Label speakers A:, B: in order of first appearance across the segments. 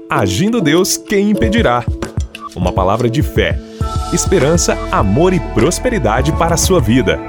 A: Agindo Deus, quem impedirá? Uma palavra de fé, esperança, amor e prosperidade para a sua vida.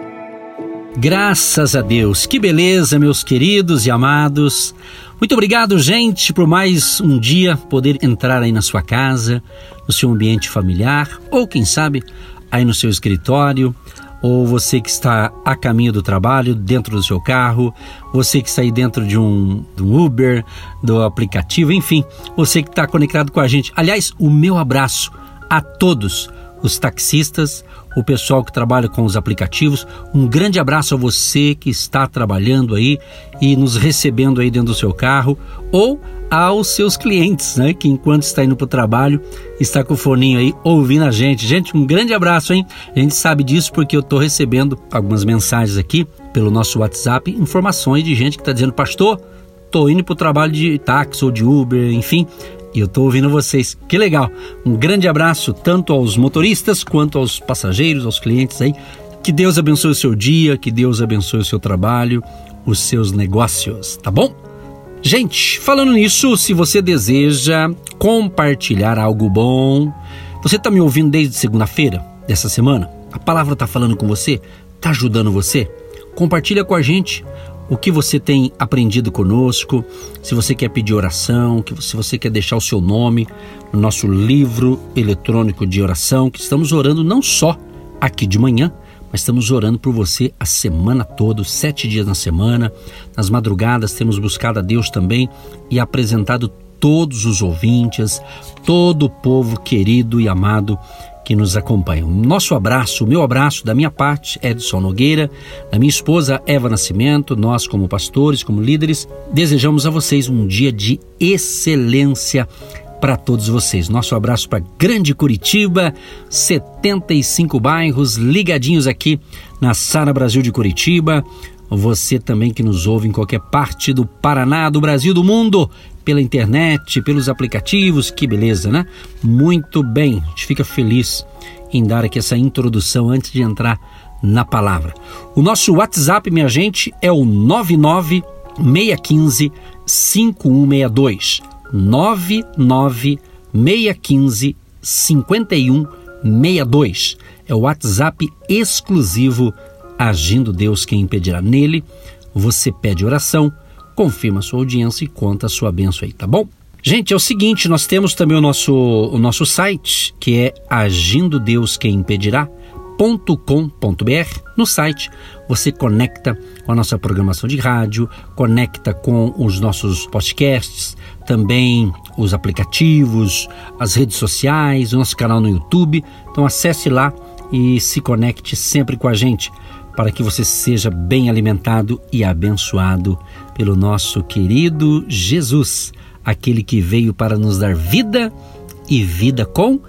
B: Graças a Deus, que beleza, meus queridos e amados. Muito obrigado, gente, por mais um dia poder entrar aí na sua casa, no seu ambiente familiar, ou quem sabe, aí no seu escritório, ou você que está a caminho do trabalho, dentro do seu carro, você que está aí dentro de um Uber, do aplicativo, enfim, você que está conectado com a gente. Aliás, o meu abraço a todos os taxistas, o pessoal que trabalha com os aplicativos. Um grande abraço a você que está trabalhando aí e nos recebendo aí dentro do seu carro, ou aos seus clientes, né, que enquanto está indo para o trabalho, está com o foninho aí ouvindo a gente. Gente, um grande abraço, hein? A gente sabe disso porque eu estou recebendo algumas mensagens aqui pelo nosso WhatsApp, informações de gente que está dizendo: pastor, estou indo para o trabalho de táxi ou de Uber, enfim, e eu estou ouvindo vocês. Que legal! Um grande abraço tanto aos motoristas quanto aos passageiros, aos clientes aí. Que Deus abençoe o seu dia, que Deus abençoe o seu trabalho, os seus negócios, tá bom? Gente, falando nisso, se você deseja compartilhar algo bom, você está me ouvindo desde segunda-feira dessa semana? A palavra está falando com você? Está ajudando você? Compartilha com a gente o que você tem aprendido conosco, se você quer pedir oração, se você quer deixar o seu nome no nosso livro eletrônico de oração, que estamos orando não só aqui de manhã, mas estamos orando por você a semana toda, 7 dias na semana. Nas madrugadas temos buscado a Deus também e apresentado todos os ouvintes, todo o povo querido e amado que nos acompanha. Nosso abraço, o meu abraço da minha parte, Edson Nogueira, da minha esposa Eva Nascimento. Nós, como pastores, como líderes, desejamos a vocês um dia de excelência para todos vocês. Nosso abraço para Grande Curitiba, 75 bairros ligadinhos aqui na Sara Brasil de Curitiba. Você também que nos ouve em qualquer parte do Paraná, do Brasil, do mundo, pela internet, pelos aplicativos. Que beleza, né? Muito bem, a gente fica feliz em dar aqui essa introdução antes de entrar na palavra. O nosso WhatsApp, minha gente, é o 99615-5162. 99615-5162. É o WhatsApp exclusivo Agindo Deus, quem impedirá. Nele você pede oração, confirma a sua audiência e conta a sua bênção aí, tá bom? Gente, é o seguinte, nós temos também o nosso site, que é agindodeuosquemimpedirá.com.br. No site você conecta com a nossa programação de rádio, conecta com os nossos podcasts, também os aplicativos, as redes sociais, o nosso canal no YouTube. Então acesse lá e se conecte sempre com a gente, para que você seja bem alimentado e abençoado pelo nosso querido Jesus, aquele que veio para nos dar vida e vida com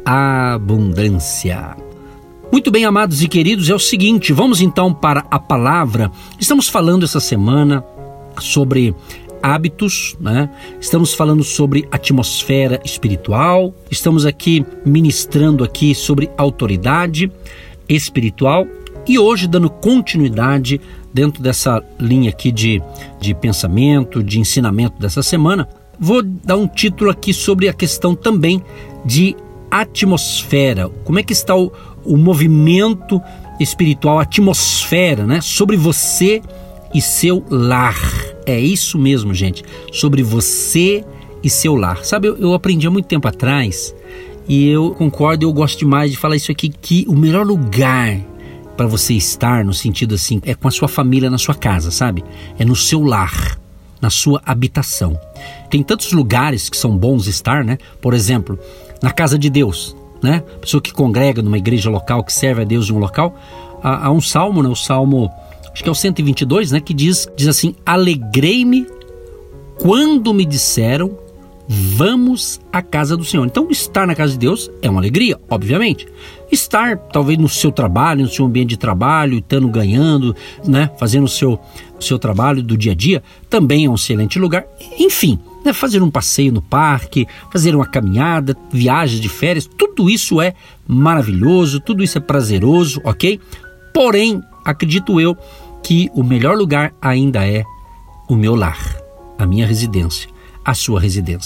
B: abundância. Muito bem, amados e queridos, é o seguinte, vamos então para a palavra. Estamos falando essa semana sobre hábitos, né? Estamos falando sobre atmosfera espiritual, estamos aqui ministrando aqui sobre autoridade espiritual e hoje dando continuidade dentro dessa linha aqui de pensamento, de ensinamento dessa semana. Vou dar um título aqui sobre a questão também de atmosfera. Como é que está o movimento espiritual, a atmosfera, né? Sobre você e seu lar. É isso mesmo, gente. Sobre você e seu lar. Sabe, eu aprendi há muito tempo atrás e eu concordo, eu gosto demais de falar isso aqui, que o melhor lugar para você estar, no sentido assim, é com a sua família na sua casa, sabe? É no seu lar, na sua habitação. Tem tantos lugares que são bons estar, né? Por exemplo, na casa de Deus, né? Pessoa que congrega numa igreja local, que serve a Deus em um local. Há um salmo, né? O salmo, acho que é o 122, né? Que diz assim: alegrei-me quando me disseram, vamos à casa do Senhor. Então, estar na casa de Deus é uma alegria, obviamente. Estar, talvez, no seu trabalho, no seu ambiente de trabalho, estando ganhando, né? Fazendo o seu trabalho do dia a dia, também é um excelente lugar. Enfim, né? Fazer um passeio no parque, fazer uma caminhada, viagens de férias, tudo isso é maravilhoso, tudo isso é prazeroso, ok? Porém, acredito eu que o melhor lugar ainda é o meu lar, a minha residência, a sua residência.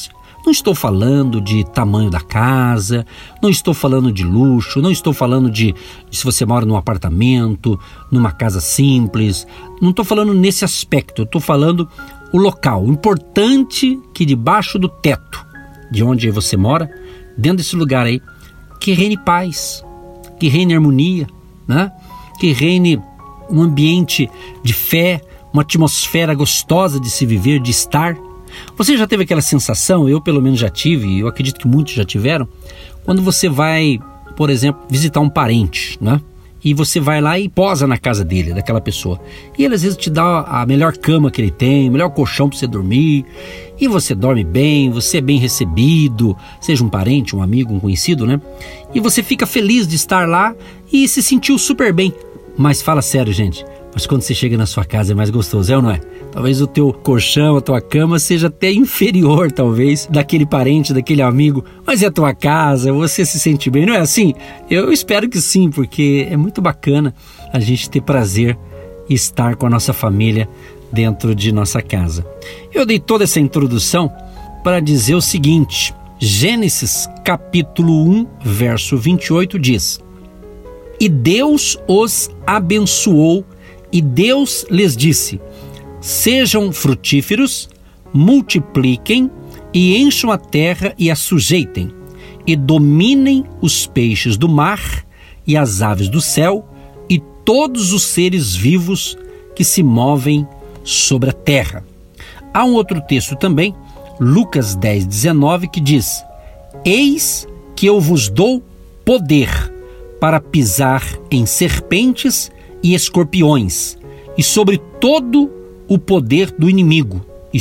B: Não estou falando de tamanho da casa, não estou falando de luxo, não estou falando de se você mora num apartamento, numa casa simples. Não estou falando nesse aspecto, eu estou falando o local. O importante que debaixo do teto de onde você mora, dentro desse lugar aí, que reine paz, que reine harmonia, né? Que reine um ambiente de fé, uma atmosfera gostosa de se viver, de estar. Você já teve aquela sensação, eu pelo menos já tive, e eu acredito que muitos já tiveram, quando você vai, por exemplo, visitar um parente, né? E você vai lá e posa na casa dele, daquela pessoa. E ele às vezes te dá a melhor cama que ele tem, o melhor colchão para você dormir. E você dorme bem, você é bem recebido, seja um parente, um amigo, um conhecido, né? E você fica feliz de estar lá e se sentiu super bem. Mas fala sério, gente, mas quando você chega na sua casa é mais gostoso, é ou não é? Talvez o teu colchão, a tua cama seja até inferior, talvez, daquele parente, daquele amigo. Mas é a tua casa, você se sente bem, não é assim? Eu espero que sim, porque é muito bacana a gente ter prazer em estar com a nossa família dentro de nossa casa. Eu dei toda essa introdução para dizer o seguinte: Gênesis capítulo 1, verso 28 diz: E Deus os abençoou, e Deus lhes disse: Sejam frutíferos, multipliquem e encham a terra e a sujeitem, e dominem os peixes do mar e as aves do céu e todos os seres vivos que se movem sobre a terra. Há um outro texto também, Lucas 10:19, que diz: Eis que eu vos dou poder para pisar em serpentes e escorpiões, e sobre todo o poder do inimigo,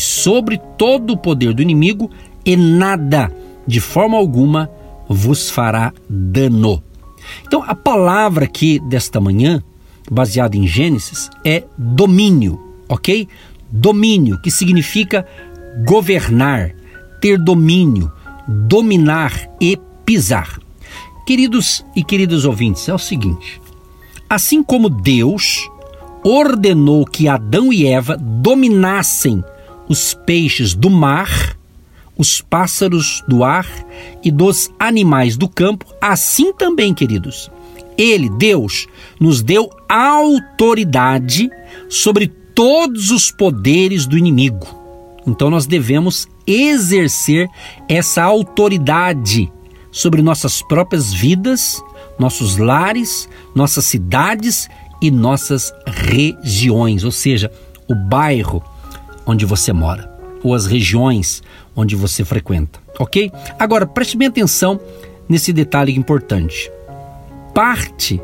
B: e nada, de forma alguma, vos fará dano. Então, a palavra aqui desta manhã, baseada em Gênesis, é domínio, ok? Domínio, que significa governar, ter domínio, dominar e pisar. Queridos e queridas ouvintes, é o seguinte: assim como Deus ordenou que Adão e Eva dominassem os peixes do mar, os pássaros do ar e dos animais do campo, assim também, queridos, Deus, nos deu autoridade sobre todos os poderes do inimigo. Então nós devemos exercer essa autoridade sobre nossas próprias vidas, nossos lares, nossas cidades e nossas regiões, ou seja, o bairro onde você mora, ou as regiões onde você frequenta, ok? Agora, preste bem atenção nesse detalhe importante. Parte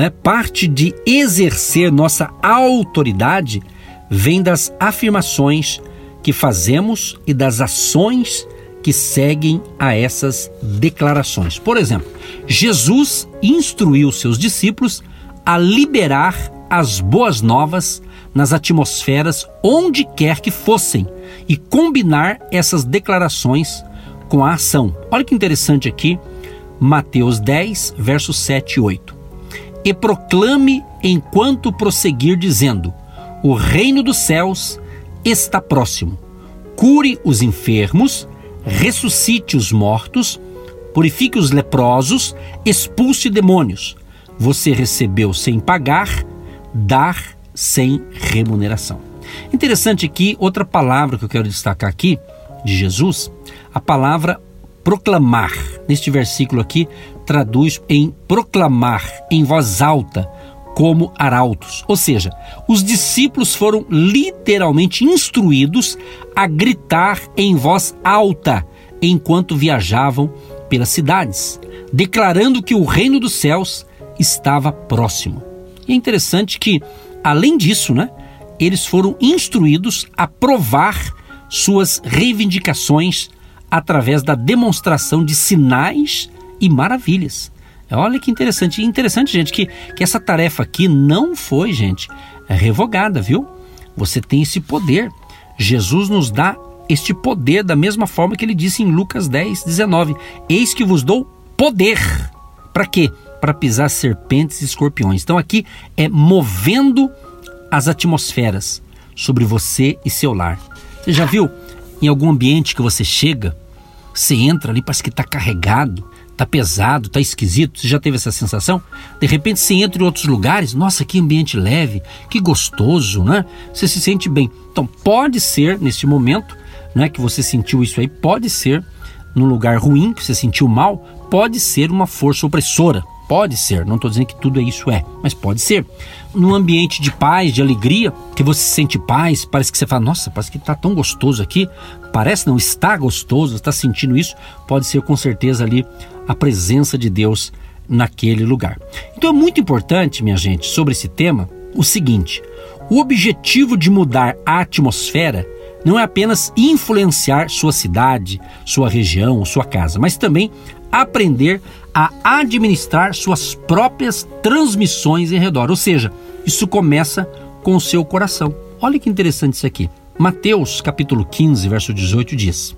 B: de exercer nossa autoridade vem das afirmações que fazemos e das ações que seguem a essas declarações. Por exemplo, Jesus instruiu seus discípulos a liberar as boas novas nas atmosferas onde quer que fossem e combinar essas declarações com a ação. Olha que interessante aqui, Mateus 10, versos 7 e 8. E proclame enquanto prosseguir dizendo: o reino dos céus está próximo. Cure os enfermos, ressuscite os mortos, purifique os leprosos, expulse demônios. Você recebeu sem pagar, dar sem remuneração. Interessante aqui, outra palavra que eu quero destacar aqui, de Jesus, a palavra proclamar. Neste versículo aqui, traduz em proclamar em voz alta, como arautos. Ou seja, os discípulos foram literalmente instruídos a gritar em voz alta enquanto viajavam pelas cidades, declarando que o reino dos céus estava próximo. E é interessante que, além disso, eles foram instruídos a provar suas reivindicações através da demonstração de sinais e maravilhas. Olha que interessante. E interessante, gente, que essa tarefa aqui não foi, gente, revogada, viu? Você tem esse poder. Jesus nos dá este poder da mesma forma que ele disse em Lucas 10, 19. Eis que vos dou poder. Para quê? Para pisar serpentes e escorpiões. Então aqui é movendo as atmosferas sobre você e seu lar. Você já viu em algum ambiente que você chega Você entra ali, parece que está carregado, está pesado, está esquisito. Você já teve essa sensação? De repente você entra em outros lugares, nossa, que ambiente leve, que gostoso, né? Você se sente bem. Então pode ser nesse momento, né, que você sentiu isso aí, pode ser num lugar ruim, que você sentiu mal, pode ser uma força opressora. Pode ser, não estou dizendo que tudo isso mas pode ser. Num ambiente de paz, de alegria, que você sente paz, parece que você fala, nossa, parece que está tão gostoso aqui. Parece não, está gostoso, está sentindo isso. Pode ser com certeza ali a presença de Deus naquele lugar. Então é muito importante, minha gente, sobre esse tema, o seguinte: o objetivo de mudar a atmosfera não é apenas influenciar sua cidade, sua região, sua casa, mas também aprender a administrar suas próprias transmissões em redor. Ou seja, isso começa com o seu coração. Olha que interessante isso aqui. Mateus capítulo 15, verso 18 diz: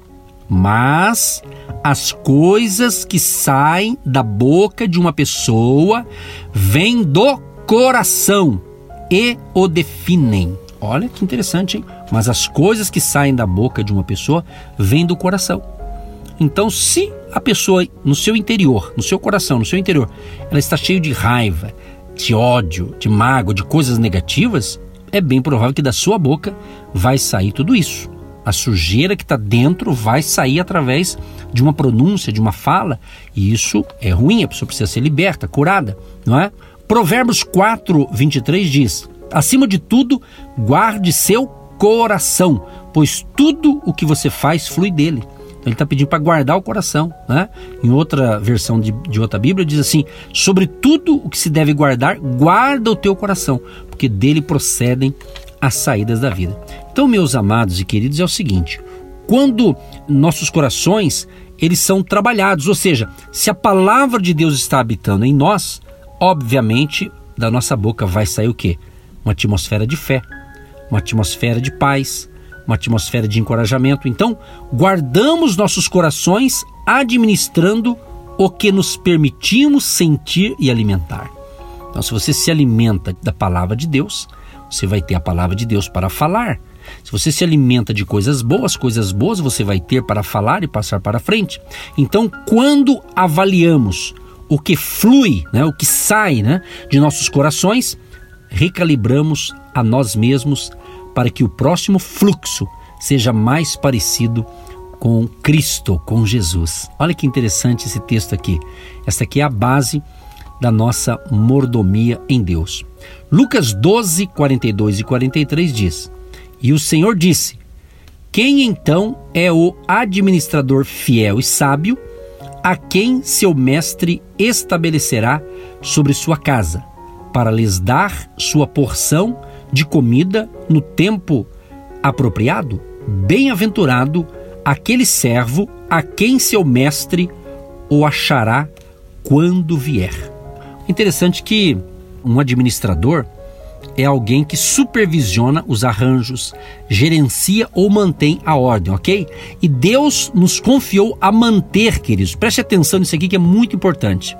B: mas as coisas que saem da boca de uma pessoa vêm do coração e o definem. Olha que interessante, hein? Mas as coisas que saem da boca de uma pessoa vêm do coração. Então, se a pessoa no seu interior, no seu coração, no seu interior, ela está cheia de raiva, de ódio, de mágoa, de coisas negativas, é bem provável que da sua boca vai sair tudo isso. A sujeira que está dentro vai sair através de uma pronúncia, de uma fala, e isso é ruim, a pessoa precisa ser liberta, curada, não é? Provérbios 4, 23 diz: acima de tudo, guarde seu coração, pois tudo o que você faz flui dele. Ele está pedindo para guardar o coração, né? Em outra versão de outra Bíblia diz assim: sobre tudo o que se deve guardar, guarda o teu coração, porque dele procedem as saídas da vida. Então, meus amados e queridos, é o seguinte: quando nossos corações, eles são trabalhados, ou seja, se a palavra de Deus está habitando em nós, obviamente, da nossa boca vai sair o quê? Uma atmosfera de fé, uma atmosfera de paz, uma atmosfera de encorajamento. Então, guardamos nossos corações administrando o que nos permitimos sentir e alimentar. Então, se você se alimenta da palavra de Deus, você vai ter a palavra de Deus para falar. Se você se alimenta de coisas boas você vai ter para falar e passar para frente. Então, quando avaliamos o que flui, né, o que sai, né, de nossos corações, recalibramos a nós mesmos para que o próximo fluxo seja mais parecido com Cristo, com Jesus. Olha que interessante esse texto aqui. Essa aqui é a base da nossa mordomia em Deus. Lucas 12, 42 e 43 diz: e o Senhor disse: quem então é o administrador fiel e sábio, a quem seu mestre estabelecerá sobre sua casa, para lhes dar sua porção de comida no tempo apropriado? Bem-aventurado aquele servo a quem seu mestre o achará quando vier. Interessante que um administrador é alguém que supervisiona os arranjos, gerencia ou mantém a ordem, ok? E Deus nos confiou a manter, queridos. Preste atenção nisso aqui que é muito importante.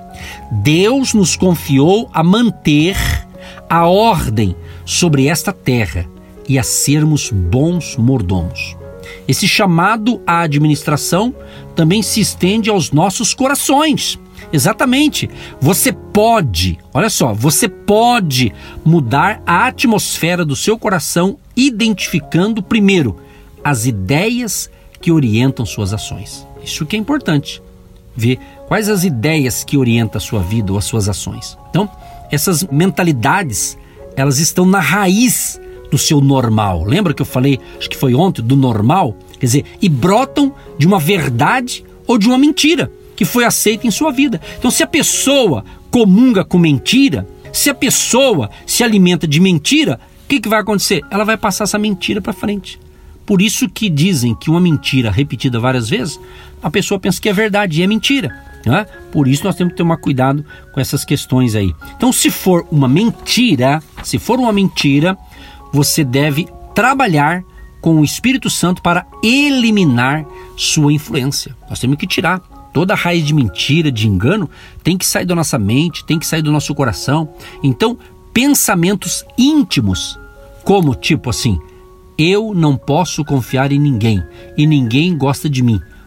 B: Deus nos confiou a manter a ordem sobre esta terra e a sermos bons mordomos. Esse chamado à administração também se estende aos nossos corações. Exatamente. Você pode, olha só, você pode mudar a atmosfera do seu coração identificando primeiro as ideias que orientam suas ações. Isso que é importante. Ver quais as ideias que orientam a sua vida ou as suas ações. Então, essas mentalidades, elas estão na raiz do seu normal. Lembra que eu falei, acho que foi ontem, do normal? Quer dizer, e brotam de uma verdade ou de uma mentira que foi aceita em sua vida. Então, se a pessoa comunga com mentira, se a pessoa se alimenta de mentira, o que vai acontecer? Ela vai passar essa mentira para frente. Por isso que dizem que uma mentira repetida várias vezes, a pessoa pensa que é verdade e é mentira, né? Por isso nós temos que tomar cuidado com essas questões aí. Então, se for uma mentira, você deve trabalhar com o Espírito Santo para eliminar sua influência. Nós temos que tirar toda a raiz de mentira, de engano, tem que sair da nossa mente, tem que sair do nosso coração. Então, pensamentos íntimos, como tipo assim: eu não posso confiar em ninguém e ninguém gosta de mim.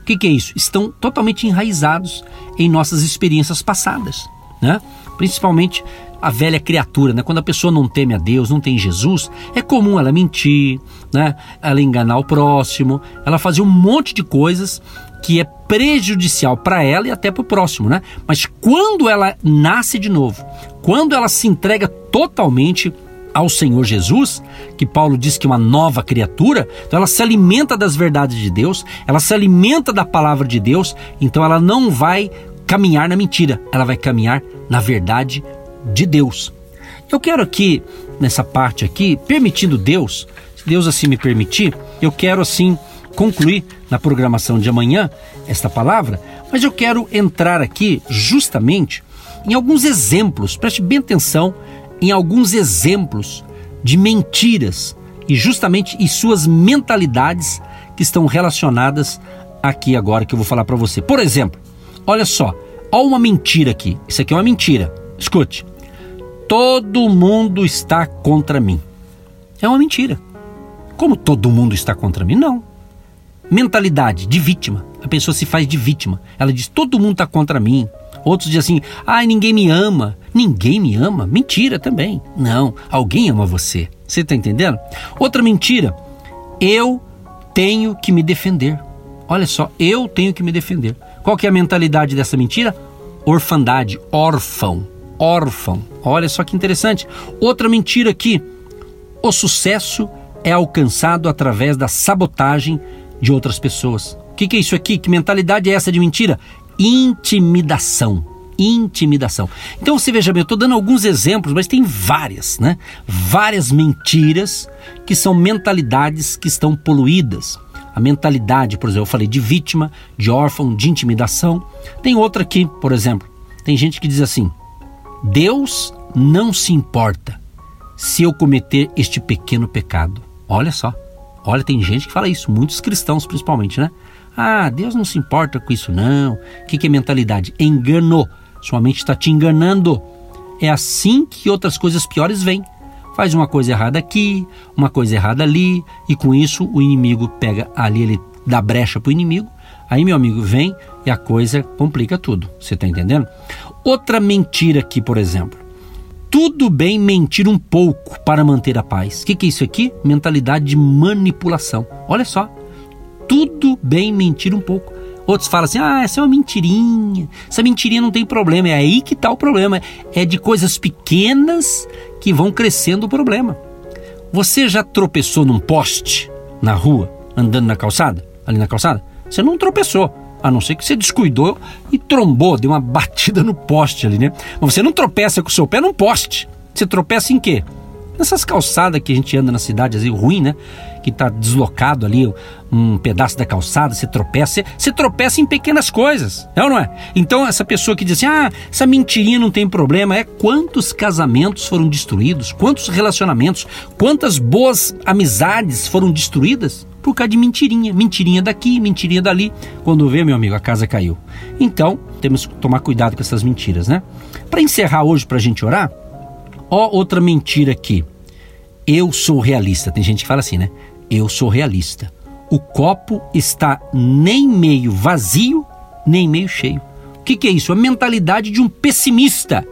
B: O que é isso? Estão totalmente enraizados em nossas experiências passadas, né? Principalmente a velha criatura, né? Quando a pessoa não teme a Deus, não tem Jesus, é comum ela mentir, né? Ela enganar o próximo, ela fazer um monte de coisas que é prejudicial para ela e até para o próximo, né? Mas quando ela nasce de novo, quando ela se entrega totalmente ao Senhor Jesus, que Paulo diz que é uma nova criatura, então ela se alimenta das verdades de Deus, ela se alimenta da palavra de Deus, então ela não vai caminhar na mentira, ela vai caminhar na verdade de Deus. Eu quero aqui, nessa parte aqui, permitindo Deus, se Deus assim me permitir, eu quero assim concluir na programação de amanhã esta palavra, mas eu quero entrar aqui justamente em alguns exemplos, preste bem atenção, em alguns exemplos de mentiras e justamente em suas mentalidades que estão relacionadas aqui agora que eu vou falar para você. Por exemplo, olha só, olha uma mentira aqui, isso aqui é uma mentira, escute, todo mundo está contra mim. É uma mentira. Como todo mundo está contra mim? Não. Mentalidade de vítima, a pessoa se faz de vítima, ela diz, todo mundo está contra mim. Outros dizem assim, ninguém me ama. Ninguém me ama? Mentira também. Não, alguém ama você. Você está entendendo? Outra mentira, eu tenho que me defender. Olha só, eu tenho que me defender. Qual que é a mentalidade dessa mentira? Orfandade, órfão. Olha só que interessante. Outra mentira aqui, o sucesso é alcançado através da sabotagem de outras pessoas. O que é isso aqui? Que mentalidade é essa de mentira? Intimidação. Então você veja bem, eu estou dando alguns exemplos, mas tem várias, né? Várias mentiras que são mentalidades que estão poluídas. A mentalidade, por exemplo, eu falei de vítima, de órfão, de intimidação. Tem outra aqui, por exemplo, tem gente que diz assim, Deus não se importa se eu cometer este pequeno pecado. Olha só, tem gente que fala isso, muitos cristãos principalmente, né? Deus não se importa com isso não. O que é mentalidade? Engano. Sua mente está te enganando. É assim que outras coisas piores vêm. Faz uma coisa errada aqui, uma coisa errada ali, e com isso o inimigo pega ali, ele dá brecha para o inimigo. Aí, meu amigo, vem e a coisa complica tudo. Você está entendendo? Outra mentira aqui, por exemplo. Tudo bem mentir um pouco para manter a paz. O que é isso aqui? Mentalidade de manipulação. Olha só. Tudo bem mentir um pouco. Outros falam assim, essa é uma mentirinha. Essa mentirinha não tem problema. É aí que está o problema. É de coisas pequenas que vão crescendo o problema. Você já tropeçou num poste na rua, andando na calçada? Ali na calçada? Você não tropeçou. A não ser que você descuidou e trombou, deu uma batida no poste ali, né? Mas você não tropeça com o seu pé num poste. Você tropeça em quê? Nessas calçadas que a gente anda na cidade, assim, ruim, né? Que está deslocado ali um pedaço da calçada, você tropeça em pequenas coisas, é ou não é? Então essa pessoa que diz assim, essa mentirinha não tem problema, quantos casamentos foram destruídos, quantos relacionamentos, quantas boas amizades foram destruídas por causa de mentirinha daqui, mentirinha dali, quando vê, meu amigo, a casa caiu. Então temos que tomar cuidado com essas mentiras, né? Para encerrar hoje, para a gente orar, outra mentira aqui, eu sou realista, tem gente que fala assim, né? Eu sou realista. O copo está nem meio vazio, nem meio cheio. O que é isso? A mentalidade de um pessimista.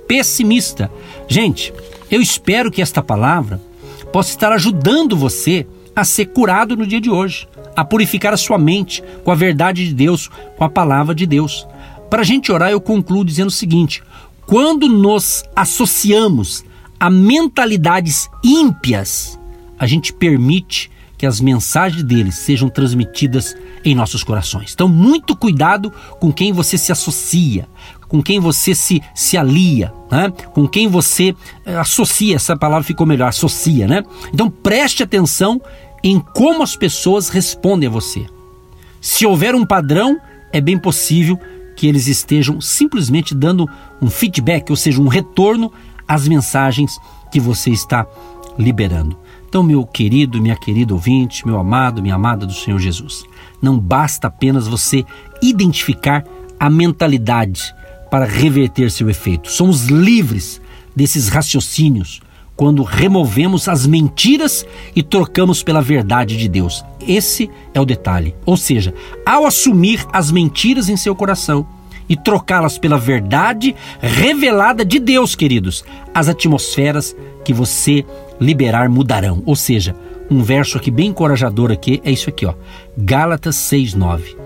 B: Gente, eu espero que esta palavra possa estar ajudando você a ser curado no dia de hoje, a purificar a sua mente com a verdade de Deus, com a palavra de Deus. Para a gente orar, eu concluo dizendo o seguinte, quando nos associamos a mentalidades ímpias, a gente permite que as mensagens deles sejam transmitidas em nossos corações. Então, muito cuidado com quem você se associa, com quem você se alia, né? Com quem você associa, essa palavra ficou melhor, associa, né? Então, preste atenção em como as pessoas respondem a você. Se houver um padrão, é bem possível que eles estejam simplesmente dando um feedback, ou seja, um retorno às mensagens que você está liberando. Então, meu querido, minha querida ouvinte, meu amado, minha amada do Senhor Jesus, não basta apenas você identificar a mentalidade para reverter seu efeito. Somos livres desses raciocínios quando removemos as mentiras e trocamos pela verdade de Deus. Esse é o detalhe. Ou seja, ao assumir as mentiras em seu coração e trocá-las pela verdade revelada de Deus, queridos, as atmosferas que você liberar mudarão. Ou seja, um verso aqui bem encorajador aqui é isso aqui, ó. Gálatas 6:9.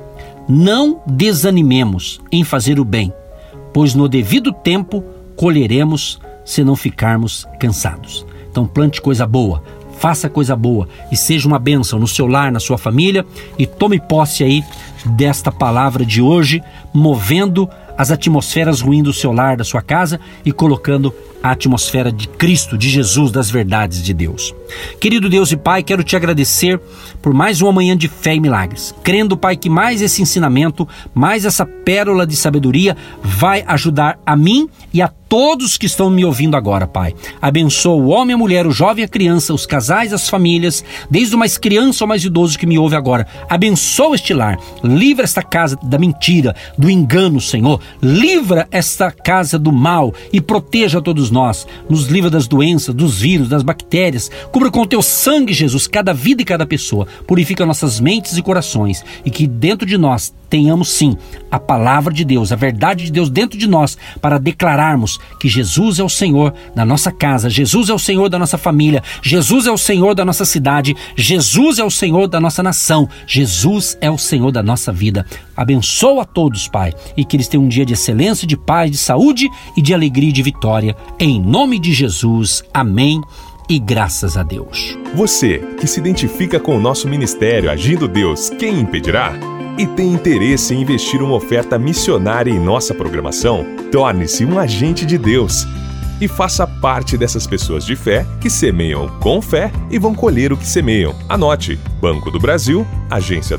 B: Não desanimemos em fazer o bem, pois no devido tempo colheremos se não ficarmos cansados. Então plante coisa boa, faça coisa boa e seja uma bênção no seu lar, na sua família, e tome posse aí desta palavra de hoje, movendo as atmosferas ruins do seu lar, da sua casa, e colocando a atmosfera de Cristo, de Jesus, das verdades de Deus. Querido Deus e Pai, quero te agradecer por mais uma manhã de fé e milagres, crendo, Pai, que mais esse ensinamento, mais essa pérola de sabedoria vai ajudar a mim e a todos que estão me ouvindo agora, Pai. Abençoa o homem, a mulher, o jovem, a criança, os casais, as famílias, desde o mais criança ao mais idoso que me ouve agora. Abençoa este lar, livra esta casa da mentira, do engano, Senhor. Livra esta casa do mal e proteja todos nós. Nos livra das doenças, dos vírus, das bactérias. Cubra com o teu sangue, Jesus, cada vida e cada pessoa. Purifica nossas mentes e corações, e que dentro de nós tenhamos sim a palavra de Deus, a verdade de Deus dentro de nós, para declararmos que Jesus é o Senhor da nossa casa, Jesus é o Senhor da nossa família, Jesus é o Senhor da nossa cidade, Jesus é o Senhor da nossa nação, Jesus é o Senhor da nossa vida. Abençoa a todos, Pai, e que eles tenham um dia de excelência, de paz, de saúde e de alegria e de vitória. Em nome de Jesus, amém. E graças a Deus.
A: Você que se identifica com o nosso ministério Agindo Deus, quem impedirá? E tem interesse em investir uma oferta missionária em nossa programação? Torne-se um agente de Deus e faça parte dessas pessoas de fé que semeiam com fé e vão colher o que semeiam. Anote: Banco do Brasil, agência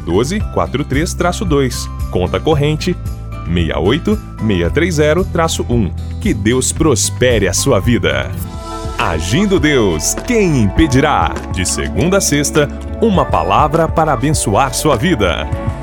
A: 1243-2, conta corrente 68630-1. Que Deus prospere a sua vida. Agindo Deus, quem impedirá? De segunda a sexta, uma palavra para abençoar sua vida.